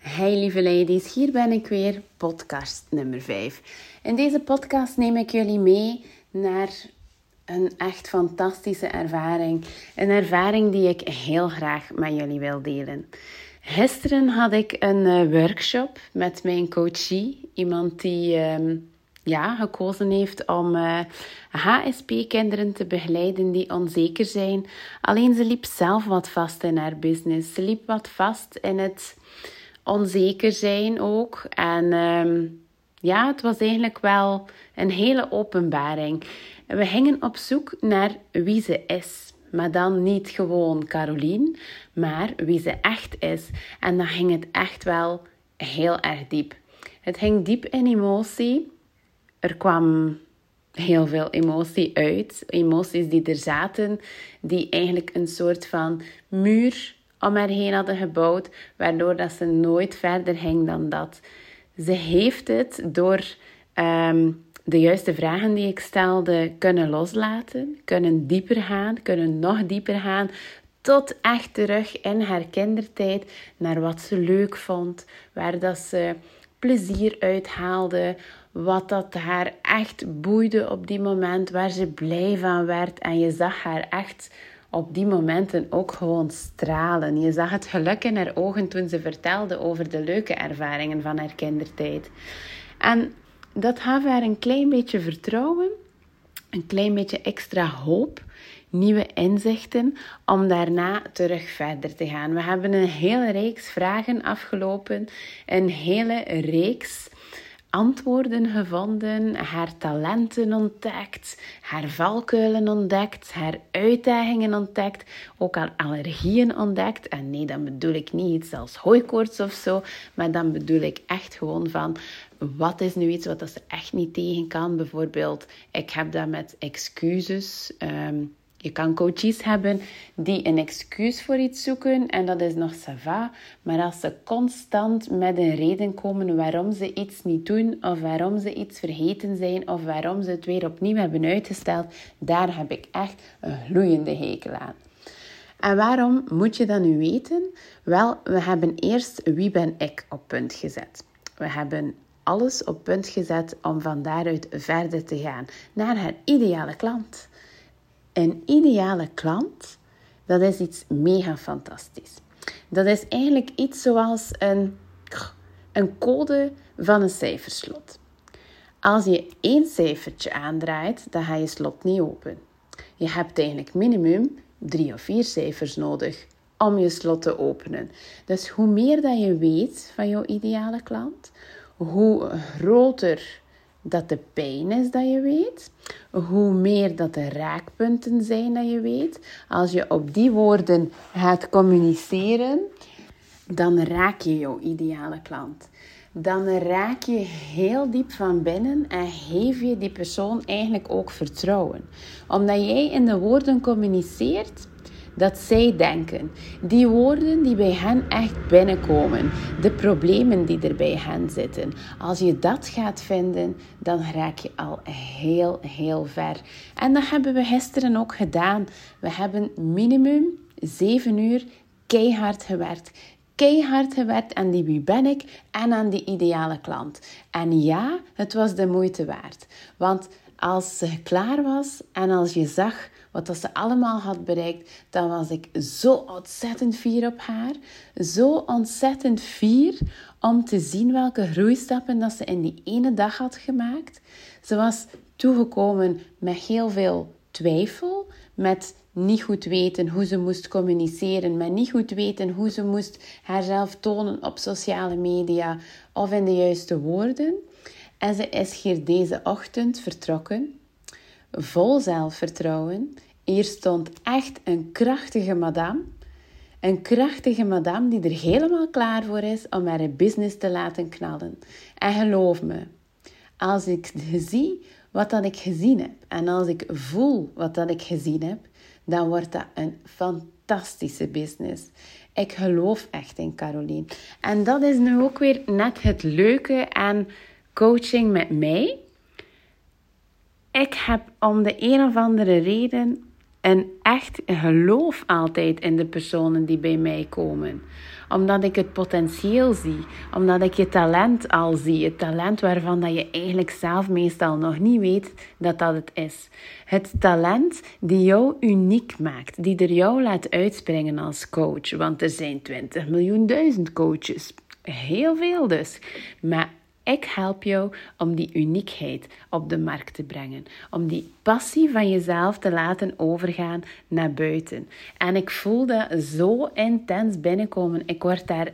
Hey lieve ladies, hier ben ik weer, podcast nummer 5. In deze podcast neem ik jullie mee naar een echt fantastische ervaring. Een ervaring die ik heel graag met jullie wil delen. Gisteren had ik een workshop met mijn coachie. Iemand die gekozen heeft om HSP-kinderen te begeleiden die onzeker zijn. Alleen ze liep zelf wat vast in haar business. Ze liep wat vast in het onzeker zijn ook. En het was eigenlijk wel een hele openbaring. We gingen op zoek naar wie ze is. Maar dan niet gewoon Caroline, maar wie ze echt is. En dan ging het echt wel heel erg diep. Het ging diep in emotie. Er kwam heel veel emotie uit. Emoties die er zaten, die eigenlijk een soort van muur om haar heen hadden gebouwd, waardoor dat ze nooit verder ging dan dat. Ze heeft het door de juiste vragen die ik stelde kunnen loslaten, kunnen dieper gaan, kunnen nog dieper gaan, tot echt terug in haar kindertijd naar wat ze leuk vond, waar dat ze plezier uithaalde, wat dat haar echt boeide op die moment, waar ze blij van werd. En je zag haar echt op die momenten ook gewoon stralen. Je zag het geluk in haar ogen toen ze vertelde over de leuke ervaringen van haar kindertijd. En dat gaf haar een klein beetje vertrouwen, een klein beetje extra hoop, nieuwe inzichten om daarna terug verder te gaan. We hebben een hele reeks vragen afgelopen, een hele reeks antwoorden gevonden, haar talenten ontdekt, haar valkuilen ontdekt, haar uitdagingen ontdekt, ook al allergieën ontdekt. En nee, dan bedoel ik niet iets als hooikoorts of zo, maar dan bedoel ik echt gewoon van, wat is nu iets wat ze echt niet tegen kan? Bijvoorbeeld, ik heb dat met excuses. Je kan coaches hebben die een excuus voor iets zoeken en dat is nog ça va. Maar als ze constant met een reden komen waarom ze iets niet doen of waarom ze iets vergeten zijn of waarom ze het weer opnieuw hebben uitgesteld, daar heb ik echt een gloeiende hekel aan. En waarom moet je dat nu weten? Wel, we hebben eerst wie ben ik op punt gezet. We hebben alles op punt gezet om van daaruit verder te gaan naar haar ideale klant. Een ideale klant, dat is iets mega fantastisch. Dat is eigenlijk iets zoals een code van een cijferslot. Als je 1 cijfertje aandraait, dan ga je slot niet open. Je hebt eigenlijk minimum 3 of 4 cijfers nodig om je slot te openen. Dus hoe meer dat je weet van jouw ideale klant, hoe groter dat de pijn is dat je weet, hoe meer dat de raakpunten zijn dat je weet. Als je op die woorden gaat communiceren, dan raak je jouw ideale klant. Dan raak je heel diep van binnen en geef je die persoon eigenlijk ook vertrouwen. Omdat jij in de woorden communiceert dat zij denken. Die woorden die bij hen echt binnenkomen. De problemen die er bij hen zitten. Als je dat gaat vinden, dan raak je al heel, heel ver. En dat hebben we gisteren ook gedaan. We hebben minimum 7 uur keihard gewerkt. Keihard gewerkt aan die wie ben ik en aan die ideale klant. En ja, het was de moeite waard. Want als ze klaar was en als je zag wat ze allemaal had bereikt, dan was ik zo ontzettend fier op haar. Zo ontzettend fier om te zien welke groeistappen dat ze in die ene dag had gemaakt. Ze was toegekomen met heel veel twijfel, met niet goed weten hoe ze moest communiceren, met niet goed weten hoe ze moest haarzelf tonen op sociale media of in de juiste woorden. En ze is hier deze ochtend vertrokken, vol zelfvertrouwen. Hier stond echt een krachtige madame. Een krachtige madame die er helemaal klaar voor is om haar business te laten knallen. En geloof me, als ik zie wat dat ik gezien heb en als ik voel wat dat ik gezien heb, dan wordt dat een fantastische business. Ik geloof echt in Caroline. En dat is nu ook weer net het leuke aan coaching met mij. Ik heb om de een of andere reden En echt geloof altijd in de personen die bij mij komen. Omdat ik het potentieel zie. Omdat ik je talent al zie. Het talent waarvan dat je eigenlijk zelf meestal nog niet weet dat dat het is. Het talent die jou uniek maakt. Die er jou laat uitspringen als coach. Want er zijn 20 miljoen coaches. Heel veel dus. Maar ik help jou om die uniekheid op de markt te brengen. Om die passie van jezelf te laten overgaan naar buiten. En ik voel dat zo intens binnenkomen. Ik word daar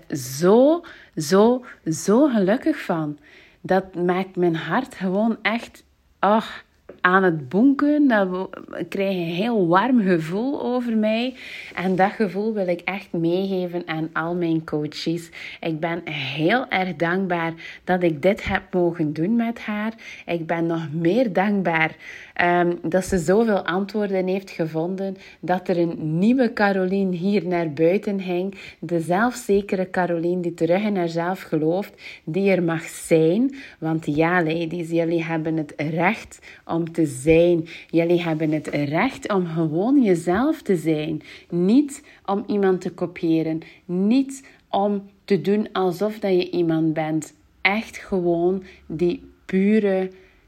zo gelukkig van. Dat maakt mijn hart gewoon echt aan het bonken. Ik krijg een heel warm gevoel over mij. En dat gevoel wil ik echt meegeven aan al mijn coaches. Ik ben heel erg dankbaar dat ik dit heb mogen doen met haar. Ik ben nog meer dankbaar dat ze zoveel antwoorden heeft gevonden. Dat er een nieuwe Caroline hier naar buiten ging. De zelfzekere Caroline die terug in haarzelf gelooft. Die er mag zijn. Want ja, ladies, jullie hebben het recht om te zijn. Jullie hebben het recht om gewoon jezelf te zijn. Niet om iemand te kopiëren. Niet om te doen alsof dat je iemand bent. Echt gewoon die pure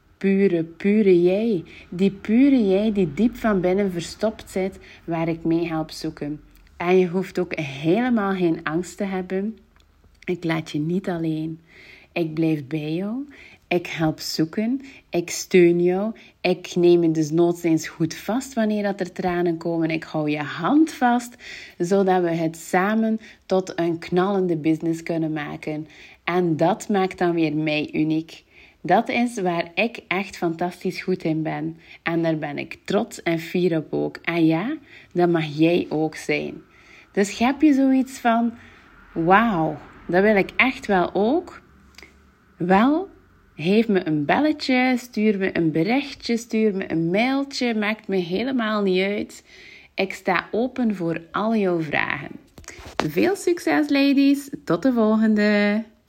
jij. Die pure jij die diep van binnen verstopt zit, waar ik mee help zoeken. En je hoeft ook helemaal geen angst te hebben. Ik laat je niet alleen. Ik blijf bij jou. Ik help zoeken. Ik steun jou. Ik neem je dus noodzijds goed vast wanneer dat er tranen komen. Ik hou je hand vast, zodat we het samen tot een knallende business kunnen maken. En dat maakt dan weer mij uniek. Dat is waar ik echt fantastisch goed in ben. En daar ben ik trots en fier op ook. En ja, dat mag jij ook zijn. Dus heb je zoiets van, wauw, dat wil ik echt wel ook? Wel, geef me een belletje, stuur me een berichtje, stuur me een mailtje. Maakt me helemaal niet uit. Ik sta open voor al jouw vragen. Veel succes, ladies. Tot de volgende.